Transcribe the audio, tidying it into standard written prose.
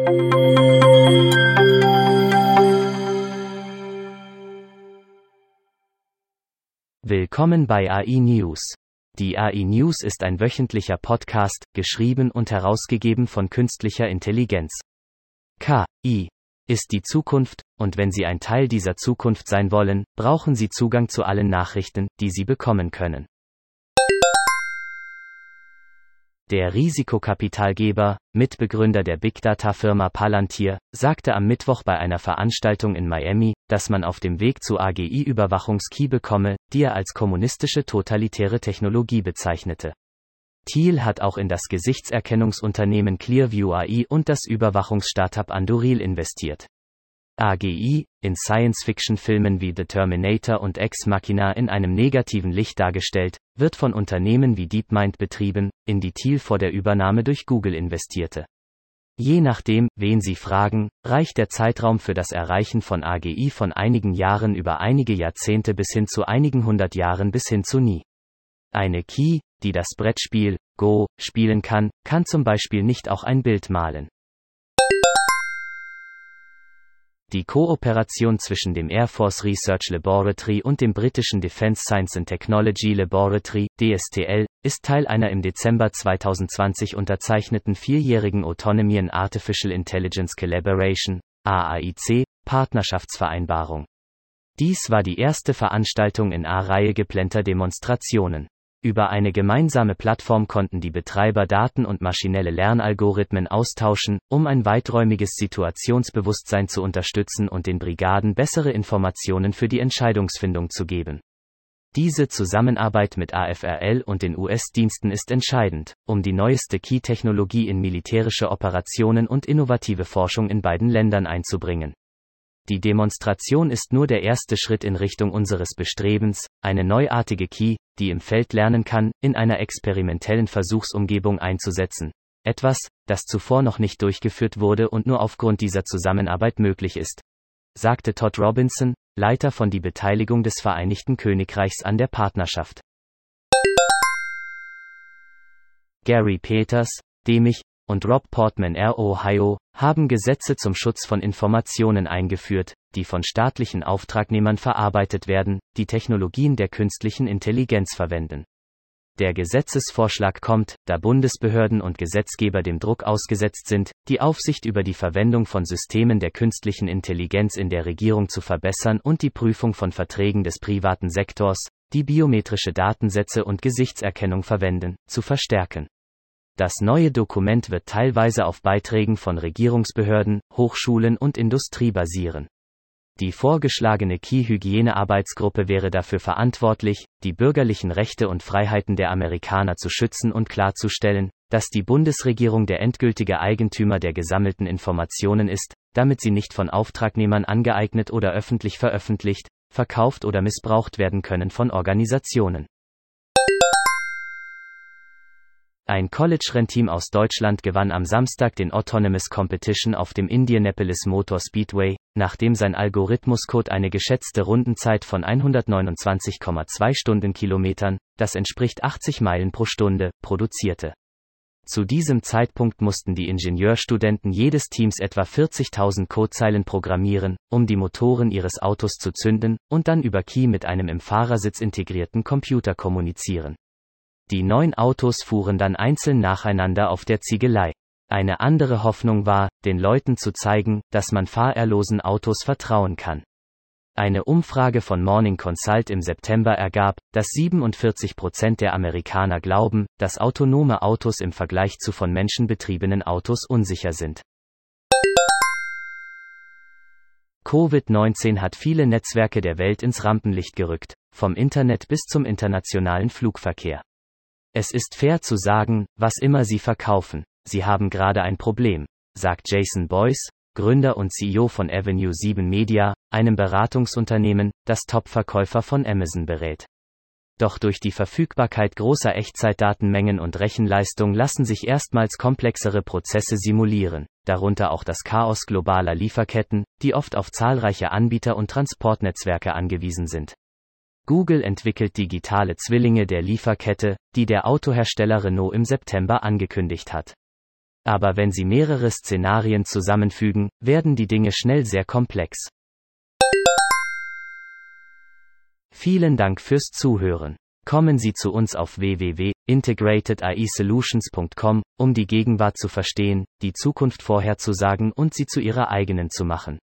Willkommen bei AI News. Die AI News ist ein wöchentlicher Podcast, geschrieben und herausgegeben von künstlicher Intelligenz. KI ist die Zukunft, und wenn Sie ein Teil dieser Zukunft sein wollen, brauchen Sie Zugang zu allen Nachrichten, die Sie bekommen können. Der Risikokapitalgeber, Mitbegründer der Big Data-Firma Palantir, sagte am Mittwoch bei einer Veranstaltung in Miami, dass man auf dem Weg zu AGI-Überwachungs-KI bekomme, die er als kommunistische totalitäre Technologie bezeichnete. Thiel hat auch in das Gesichtserkennungsunternehmen Clearview AI und das Überwachungs-Startup Anduril investiert. AGI, in Science-Fiction-Filmen wie The Terminator und Ex Machina in einem negativen Licht dargestellt, wird von Unternehmen wie DeepMind betrieben, in die Thiel vor der Übernahme durch Google investierte. Je nachdem, wen Sie fragen, reicht der Zeitraum für das Erreichen von AGI von einigen Jahren über einige Jahrzehnte bis hin zu einigen 100 Jahren bis hin zu nie. Eine KI, die das Brettspiel Go spielen kann, kann zum Beispiel nicht auch ein Bild malen. Die Kooperation zwischen dem Air Force Research Laboratory und dem britischen Defence Science and Technology Laboratory, DSTL, ist Teil einer im Dezember 2020 unterzeichneten 4-jährigen Autonomy and Artificial Intelligence Collaboration, AAIC, Partnerschaftsvereinbarung. Dies war die erste Veranstaltung in A-Reihe geplanter Demonstrationen. Über eine gemeinsame Plattform konnten die Betreiber Daten und maschinelle Lernalgorithmen austauschen, um ein weiträumiges Situationsbewusstsein zu unterstützen und den Brigaden bessere Informationen für die Entscheidungsfindung zu geben. Diese Zusammenarbeit mit AFRL und den US-Diensten ist entscheidend, um die neueste KI-Technologie in militärische Operationen und innovative Forschung in beiden Ländern einzubringen. Die Demonstration ist nur der erste Schritt in Richtung unseres Bestrebens, eine neuartige KI, die im Feld lernen kann, in einer experimentellen Versuchsumgebung einzusetzen. Etwas, das zuvor noch nicht durchgeführt wurde und nur aufgrund dieser Zusammenarbeit möglich ist, sagte Todd Robinson, Leiter von die Beteiligung des Vereinigten Königreichs an der Partnerschaft. Gary Peters, Dämich und Rob Portman Ohio, haben Gesetze zum Schutz von Informationen eingeführt, die von staatlichen Auftragnehmern verarbeitet werden, die Technologien der künstlichen Intelligenz verwenden. Der Gesetzesvorschlag kommt, da Bundesbehörden und Gesetzgeber dem Druck ausgesetzt sind, die Aufsicht über die Verwendung von Systemen der künstlichen Intelligenz in der Regierung zu verbessern und die Prüfung von Verträgen des privaten Sektors, die biometrische Datensätze und Gesichtserkennung verwenden, zu verstärken. Das neue Dokument wird teilweise auf Beiträgen von Regierungsbehörden, Hochschulen und Industrie basieren. Die vorgeschlagene KI-Hygienearbeitsgruppe wäre dafür verantwortlich, die bürgerlichen Rechte und Freiheiten der Amerikaner zu schützen und klarzustellen, dass die Bundesregierung der endgültige Eigentümer der gesammelten Informationen ist, damit sie nicht von Auftragnehmern angeeignet oder öffentlich veröffentlicht, verkauft oder missbraucht werden können von Organisationen. Ein College-Rennteam aus Deutschland gewann am Samstag den Autonomous Competition auf dem Indianapolis Motor Speedway, nachdem sein Algorithmuscode eine geschätzte Rundenzeit von 129,2 Stundenkilometern, das entspricht 80 Meilen pro Stunde, produzierte. Zu diesem Zeitpunkt mussten die Ingenieurstudenten jedes Teams etwa 40.000 Codezeilen programmieren, um die Motoren ihres Autos zu zünden, und dann über KI mit einem im Fahrersitz integrierten Computer kommunizieren. Die 9 Autos fuhren dann einzeln nacheinander auf der Ziegelei. Eine andere Hoffnung war, den Leuten zu zeigen, dass man fahrerlosen Autos vertrauen kann. Eine Umfrage von Morning Consult im September ergab, dass 47% der Amerikaner glauben, dass autonome Autos im Vergleich zu von Menschen betriebenen Autos unsicher sind. Covid-19 hat viele Netzwerke der Welt ins Rampenlicht gerückt, vom Internet bis zum internationalen Flugverkehr. Es ist fair zu sagen, was immer Sie verkaufen, Sie haben gerade ein Problem, sagt Jason Boyce, Gründer und CEO von Avenue 7 Media, einem Beratungsunternehmen, das Top-Verkäufer von Amazon berät. Doch durch die Verfügbarkeit großer Echtzeitdatenmengen und Rechenleistung lassen sich erstmals komplexere Prozesse simulieren, darunter auch das Chaos globaler Lieferketten, die oft auf zahlreiche Anbieter und Transportnetzwerke angewiesen sind. Google entwickelt digitale Zwillinge der Lieferkette, die der Autohersteller Renault im September angekündigt hat. Aber wenn Sie mehrere Szenarien zusammenfügen, werden die Dinge schnell sehr komplex. Vielen Dank fürs Zuhören. Kommen Sie zu uns auf www.integratediasolutions.com, um die Gegenwart zu verstehen, die Zukunft vorherzusagen und sie zu Ihrer eigenen zu machen.